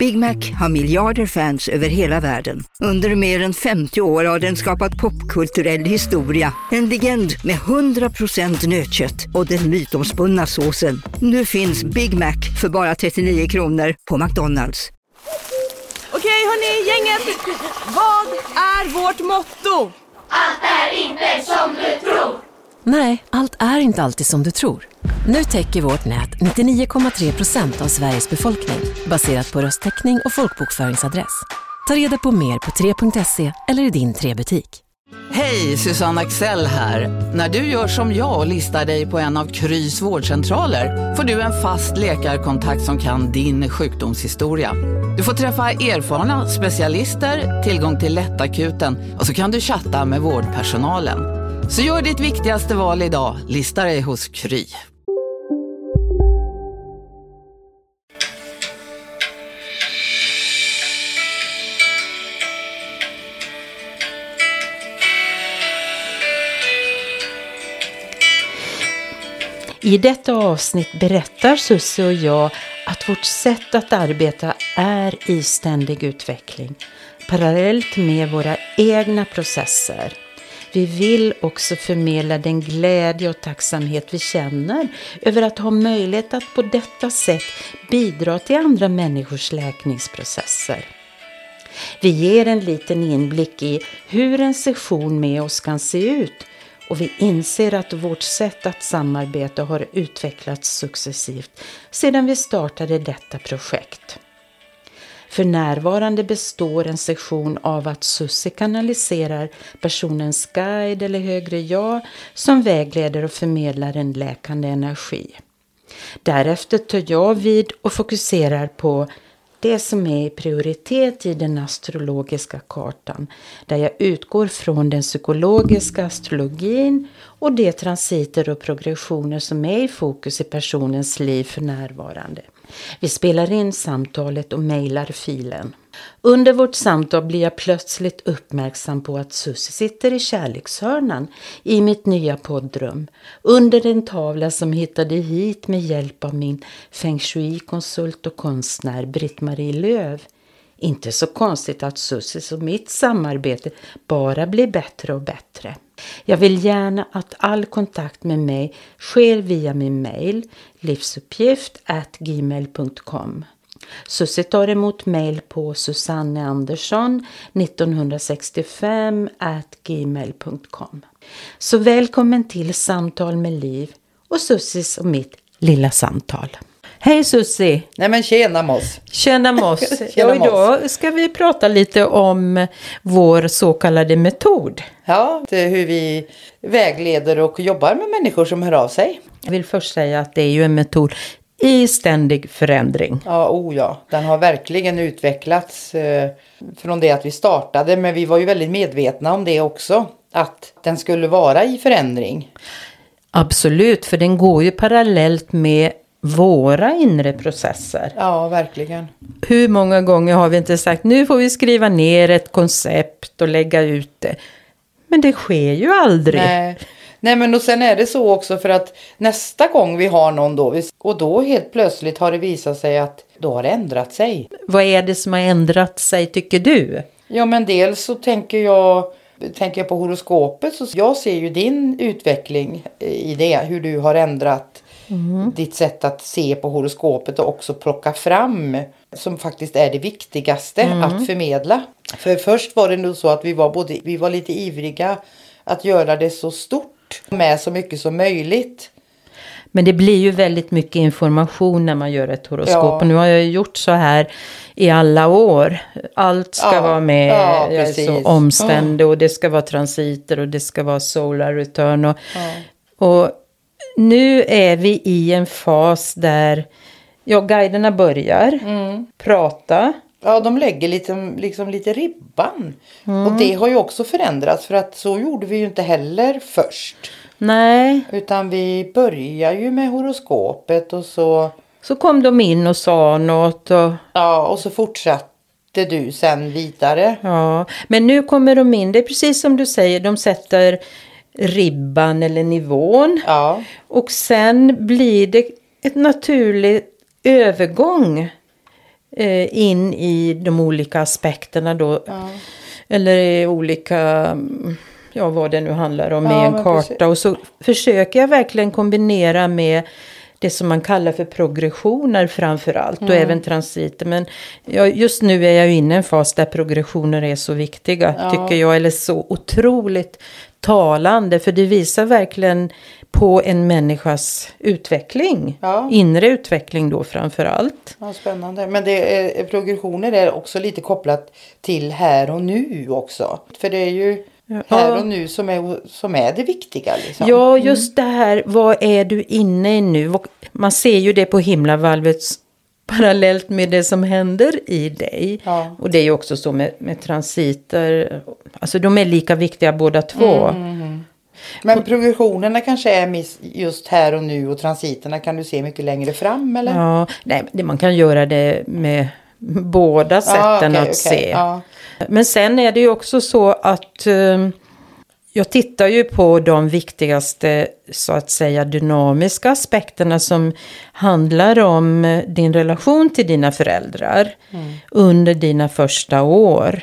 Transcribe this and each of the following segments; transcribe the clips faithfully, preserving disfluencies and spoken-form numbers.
Big Mac har miljarder fans över hela världen. Under mer än femtio år har den skapat popkulturell historia. En legend med hundra procent nötkött och den mytomspunna såsen. Nu finns Big Mac för bara trettionio kronor på McDonald's. Okej hörni, gänget. Vad är vårt motto? Allt är inte som du tror. Nej, allt är inte alltid som du tror. Nu täcker vårt nät nittionio komma tre procent av Sveriges befolkning baserat på röstteckning och folkbokföringsadress. Ta reda på mer på tre punkt se eller i din tre-butik. Hej, Susanne Axel här. När du gör som jag och listar dig på en av Krys vårdcentraler får du en fast läkarkontakt som kan din sjukdomshistoria. Du får träffa erfarna specialister, tillgång till lättakuten och så kan du chatta med vårdpersonalen. Så gör ditt viktigaste val idag, lista dig hos Kry. I detta avsnitt berättar Susie och jag att vårt sätt att arbeta är i ständig utveckling, parallellt med våra egna processer. Vi vill också förmedla den glädje och tacksamhet vi känner över att ha möjlighet att på detta sätt bidra till andra människors läkningsprocesser. Vi ger en liten inblick i hur en session med oss kan se ut. Och vi inser att vårt sätt att samarbeta har utvecklats successivt sedan vi startade detta projekt. För närvarande består en session av att Susie kanaliserar personens guide eller högre jag som vägleder och förmedlar en läkande energi. Därefter tar jag vid och fokuserar på det som är prioritet i den astrologiska kartan, där jag utgår från den psykologiska astrologin och de transiter och progressioner som är i fokus i personens liv för närvarande. Vi spelar in samtalet och mejlar filen. Under vårt samtal blir jag plötsligt uppmärksam på att Susie sitter i kärlekshörnan i mitt nya poddrum under en tavla som hittade hit med hjälp av min feng shui-konsult och konstnär Britt-Marie Löv. Inte så konstigt att Susie och mitt samarbete bara blir bättre och bättre. Jag vill gärna att all kontakt med mig sker via min mejl livsuppgift at gmail punkt com. Susie tar emot mejl på susanneandersson nittonhundrasextiofem at gmail punkt com. Så välkommen till Samtal med Liv och Susies och mitt lilla samtal. Hej Susie! Nej men tjena Moss! Tjena Moss! Tjena Och idag ska vi prata lite om vår så kallade metod. Ja, det är hur vi vägleder och jobbar med människor som hör av sig. Jag vill först säga att det är ju en metod i ständig förändring. Ja, oh ja. Den har verkligen utvecklats eh, från det att vi startade. Men vi var ju väldigt medvetna om det också. Att den skulle vara i förändring. Absolut, för den går ju parallellt med våra inre processer. Ja, verkligen. Hur många gånger har vi inte sagt nu får vi skriva ner ett koncept och lägga ut det. Men det sker ju aldrig. Nej. Nej men och sen är det så också för att nästa gång vi har någon då och då helt plötsligt har det visat sig att då har det ändrat sig. Vad är det som har ändrat sig tycker du? Ja men dels så tänker jag, tänker jag på horoskopet så jag ser ju din utveckling i det. Hur du har ändrat mm. ditt sätt att se på horoskopet och också plocka fram som faktiskt är det viktigaste mm. att förmedla. För först var det nog så att vi var, både, vi var lite ivriga att göra det så stort. Med så mycket som möjligt. Men det blir ju väldigt mycket information när man gör ett horoskop. Ja. Och nu har jag gjort så här i alla år. Allt ska ja. vara med. Ja, jag är så omständig ja. Och det ska vara transiter och det ska vara solar return. Och, ja. och nu är vi i en fas där ja, guiderna börjar mm. prata. Ja, de lägger lite, liksom lite ribban. Mm. Och det har ju också förändrats. För att så gjorde vi ju inte heller först. Nej. Utan vi börjar ju med horoskopet och så... Så kom de in och sa något. Och... Ja, och så fortsatte du sen vidare. Ja, men nu kommer de in. Det är precis som du säger. De sätter ribban eller nivån. Ja. Och sen blir det ett naturligt övergång eh, in i de olika aspekterna då. Ja. Eller i olika, ja vad det nu handlar om, ja, i en karta. Precis. Och så försöker jag verkligen kombinera med det som man kallar för progressioner framförallt. Mm. Och även transiter. Men ja, just nu är jag inne i en fas där progressioner är så viktiga. Ja. Tycker jag. Eller så otroligt talande. För det visar verkligen på en människas utveckling. Ja. Inre utveckling då framförallt. Ja, spännande. Men det är, progressioner är också lite kopplat till här och nu också. För det är ju här och nu som är, som är det viktiga. Liksom. Ja, just det här. Vad är du inne i nu? Man ser ju det på himlavalvet parallellt med det som händer i dig. Ja. Och det är ju också så med, med transiter. Alltså de är lika viktiga båda två. Mm, mm, mm. Men progressionerna kanske är just här och nu och transiterna kan du se mycket längre fram, eller? Ja, nej, man kan göra det med båda sätten ah, okay, att okay. se. Ah. Men sen är det ju också så att eh, jag tittar ju på de viktigaste så att säga dynamiska aspekterna som handlar om din relation till dina föräldrar mm. under dina första år.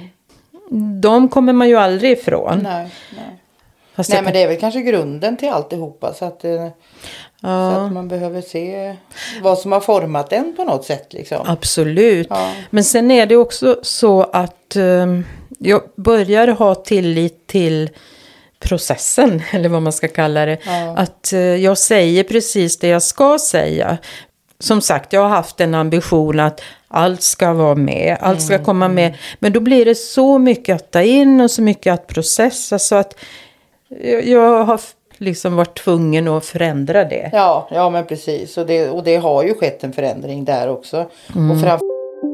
Mm. De kommer man ju aldrig ifrån. Nej, nej. Fast nej, men det är väl kanske grunden till alltihopa. Så att, ja. så att man behöver se vad som har format den på något sätt. Liksom. Absolut. Ja. Men sen är det också så att um, jag börjar ha tillit till processen. Eller vad man ska kalla det. Ja. Att uh, jag säger precis det jag ska säga. Som sagt, jag har haft en ambition att allt ska vara med. Allt ska mm. komma med. Men då blir det så mycket att ta in och så mycket att processa. Så att jag har liksom varit tvungen att förändra det. Ja, ja men precis. Och det, och det har ju skett en förändring där också. Mm. Och fram-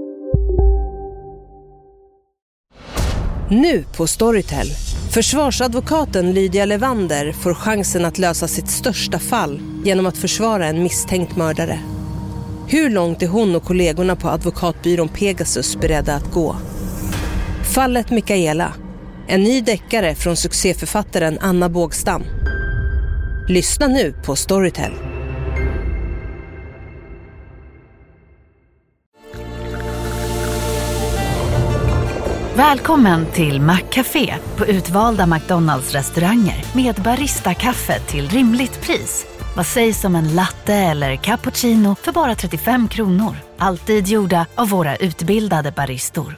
Nu på Storytel. Försvarsadvokaten Lydia Levander får chansen att lösa sitt största fall genom att försvara en misstänkt mördare. Hur långt är hon och kollegorna på advokatbyrån Pegasus beredda att gå? Fallet Mikaela. En ny deckare från succéförfattaren Anna Bågstam. Lyssna nu på Storytel. Välkommen till McCafé på utvalda McDonalds-restauranger med barista-kaffe till rimligt pris. Vad sägs om en latte eller cappuccino för bara trettiofem kronor? Alltid gjorda av våra utbildade baristor.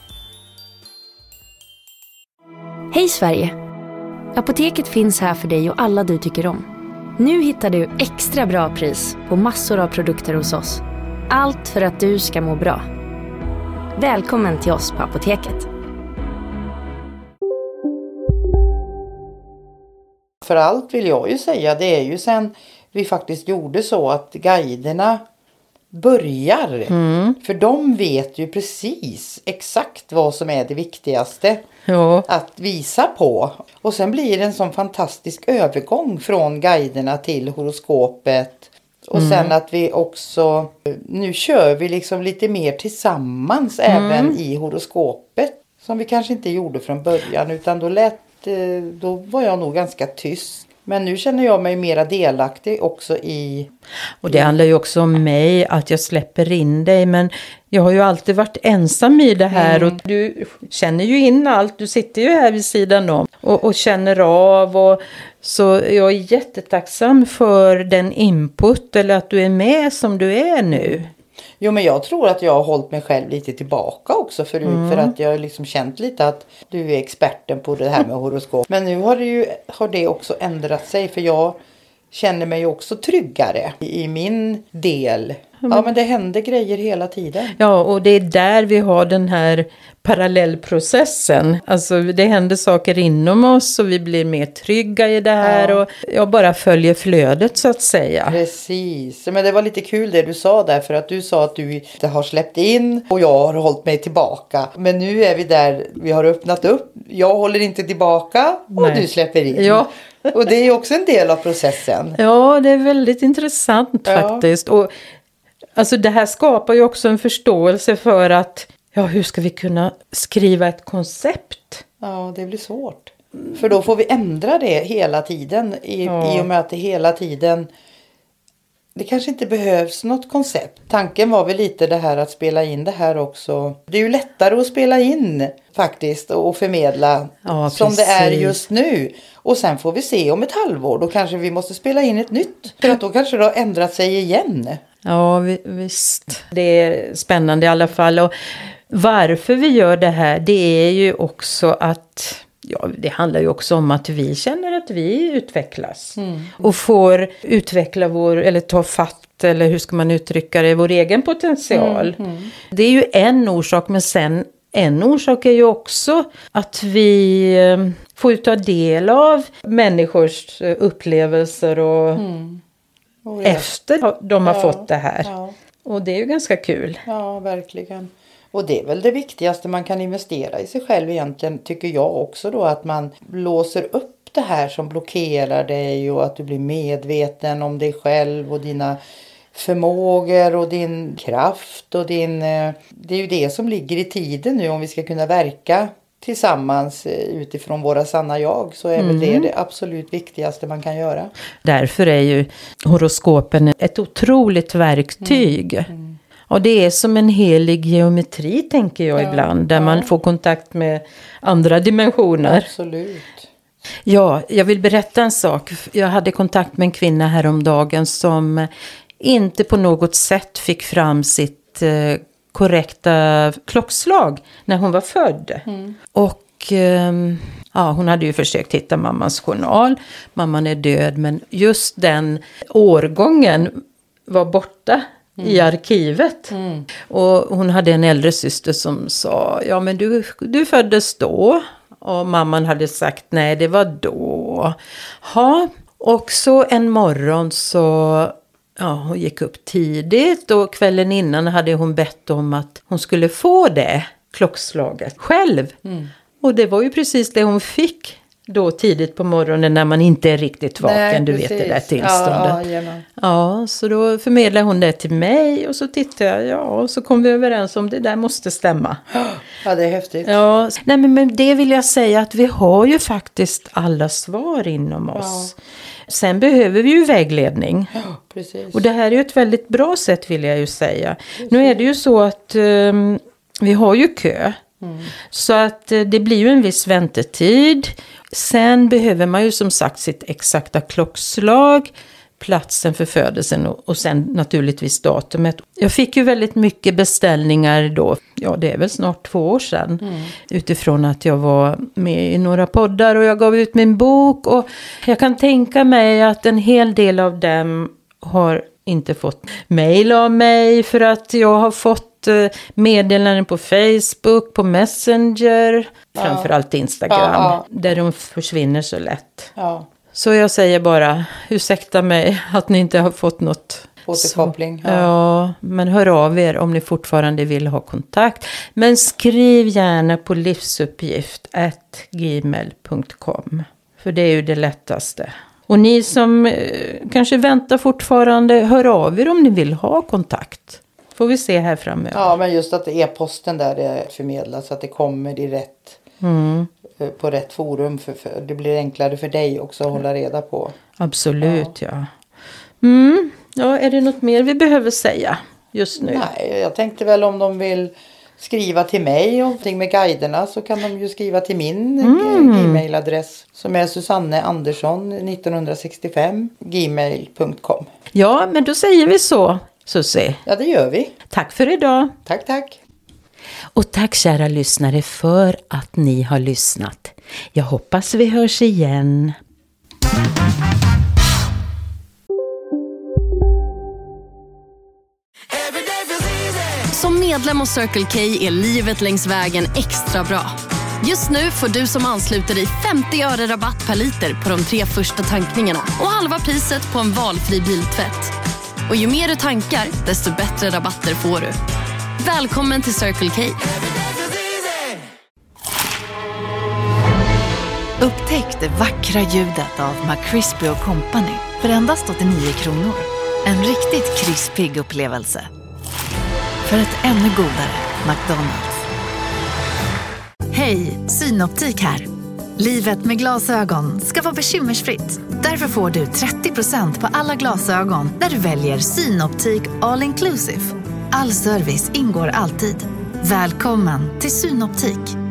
Hej Sverige! Apoteket finns här för dig och alla du tycker om. Nu hittar du extra bra pris på massor av produkter hos oss. Allt för att du ska må bra. Välkommen till oss på Apoteket. För allt vill jag ju säga, det är ju sen vi faktiskt gjorde så att guiderna börjar. Mm. För de vet ju precis exakt vad som är det viktigaste ja. Att visa på. Och sen blir det en sån fantastisk övergång från guiderna till horoskopet. Och mm. sen att vi också, nu kör vi liksom lite mer tillsammans mm. även i horoskopet. Som vi kanske inte gjorde från början, utan då lät, då var jag nog ganska tyst. Men nu känner jag mig mera delaktig också i... Och det handlar ju också om mig, att jag släpper in dig. Men jag har ju alltid varit ensam i det här. Mm. Och du känner ju in allt. Du sitter ju här vid sidan om och, och känner av. Och, så jag är jättetacksam för den input, eller att du är med som du är nu. Jo, men jag tror att jag har hållit mig själv lite tillbaka också förut. Mm. För att jag har liksom känt lite att du är experten på det här med horoskop. Men nu har det ju har det också ändrat sig. För jag känner mig också tryggare i, i min del. Ja, men det händer grejer hela tiden. Ja, och det är där vi har den här parallellprocessen. Alltså det händer saker inom oss och vi blir mer trygga i det här. Ja. Och jag bara följer flödet så att säga. Precis, men det var lite kul det du sa där. För att du sa att du inte har släppt in och jag har hållit mig tillbaka. Men nu är vi där, vi har öppnat upp. Jag håller inte tillbaka och Nej. Du släpper in. Ja. Och det är också en del av processen. Ja, det är väldigt intressant ja. Faktiskt. Och alltså det här skapar ju också en förståelse för att, ja, hur ska vi kunna skriva ett koncept? Ja, det blir svårt. För då får vi ändra det hela tiden. I, ja. i och med att det hela tiden det kanske inte behövs något koncept. Tanken var väl lite det här att spela in det här också. Det är ju lättare att spela in faktiskt och förmedla ja, som det är just nu. Och sen får vi se om ett halvår. Då kanske vi måste spela in ett nytt. För att då kanske det har ändrat sig igen. Ja, visst. Det är spännande i alla fall. Och varför vi gör det här, det är ju också att... Ja, det handlar ju också om att vi känner att vi utvecklas. Mm. Och får utveckla vår, eller ta fatt, eller hur ska man uttrycka det, vår egen potential. Mm. Mm. Det är ju en orsak, men sen en orsak är ju också att vi får ta del av människors upplevelser och, mm. och efter de har ja, fått det här. Ja. Och det är ju ganska kul. Ja, verkligen. Och det är väl det viktigaste man kan investera i sig själv egentligen, tycker jag också då. Att man låser upp det här som blockerar dig och att du blir medveten om dig själv och dina förmågor och din kraft. Och din, det är ju det som ligger i tiden nu om vi ska kunna verka tillsammans utifrån våra sanna jag. Så är väl mm. det det absolut viktigaste man kan göra. Därför är ju horoskopen ett otroligt verktyg. Mm. Mm. Och det är som en helig geometri, tänker jag ja, ibland. Där ja. man får kontakt med andra dimensioner. Absolut. Ja, jag vill berätta en sak. Jag hade kontakt med en kvinna häromdagen som inte på något sätt fick fram sitt eh, korrekta klockslag när hon var född. Mm. Och eh, ja, hon hade ju försökt hitta mammans journal. Mamman är död, men just den årgången var borta. Mm. I arkivet. Mm. Och hon hade en äldre syster som sa, ja men du, du föddes då. Och mamman hade sagt, nej det var då. Ha. Och så en morgon så, ja hon gick upp tidigt. Och kvällen innan hade hon bett om att hon skulle få det klockslaget själv. Mm. Och det var ju precis det hon fick. Då tidigt på morgonen när man inte är riktigt vaken, nej, du vet det där tillståndet. Ja, ja, ja, så då förmedlade hon det till mig och så tittade jag, ja, och så kom vi överens om det där måste stämma. Ja, det är häftigt. Ja, nej men med det vill jag säga att vi har ju faktiskt alla svar inom oss. Ja. Sen behöver vi ju vägledning. Ja, precis. Och det här är ju ett väldigt bra sätt vill jag ju säga. Precis. Nu är det ju så att um, vi har ju kö. Mm. Så att uh, det blir ju en viss väntetid. Sen behöver man ju som sagt sitt exakta klockslag, platsen för födelsen och, och sen naturligtvis datumet. Jag fick ju väldigt mycket beställningar då, ja det är väl snart två år sedan. Mm. Utifrån att jag var med i några poddar och jag gav ut min bok. Och jag kan tänka mig att en hel del av dem har inte fått mejl av mig för att jag har fått meddelanden på Facebook, på Messenger, ja. Framförallt Instagram, ja, ja. Där de försvinner så lätt. Ja. Så jag säger bara, ursäkta mig att ni inte har fått något återkoppling. Ja. ja, men hör av er om ni fortfarande vill ha kontakt. Men skriv gärna på livsuppgift at gmail punkt com. För det är ju det lättaste. Och ni som eh, kanske väntar fortfarande, hör av er om ni vill ha kontakt. Får vi se här framöver. Ja, men just att e-posten där är förmedlas så att det kommer i rätt, mm. på rätt forum. För, för det blir enklare för dig också att hålla reda på. Absolut, ja. Ja. Mm. Ja, är det något mer vi behöver säga just nu? Nej, jag tänkte väl om de vill skriva till mig och någonting med guiderna så kan de ju skriva till min mm. e-mailadress som är Susanne Andersson nittonhundrasextiofem gmail punkt com. Ja, men då säger vi så. Susie. Ja, det gör vi. Tack för idag. Tack, tack. Och tack kära lyssnare för att ni har lyssnat. Jag hoppas vi hörs igen. Som medlem hos Circle K är livet längs vägen extra bra. Just nu får du som ansluter dig femtio öre rabatt per liter på de tre första tankningarna och halva priset på en valfri biltvätt. Och ju mer du tankar, desto bättre rabatter får du. Välkommen till Circle K. Upptäck det vackra ljudet av McCrispy och Company för endast åttionio kronor. En riktigt krispig upplevelse. För ett ännu godare McDonald's. Hej, Synoptik här. Livet med glasögon ska vara bekymmersfritt. Därför Därför får du trettio procent på alla glasögon när du väljer Synoptik All Inclusive. All service ingår alltid. Välkommen till Synoptik.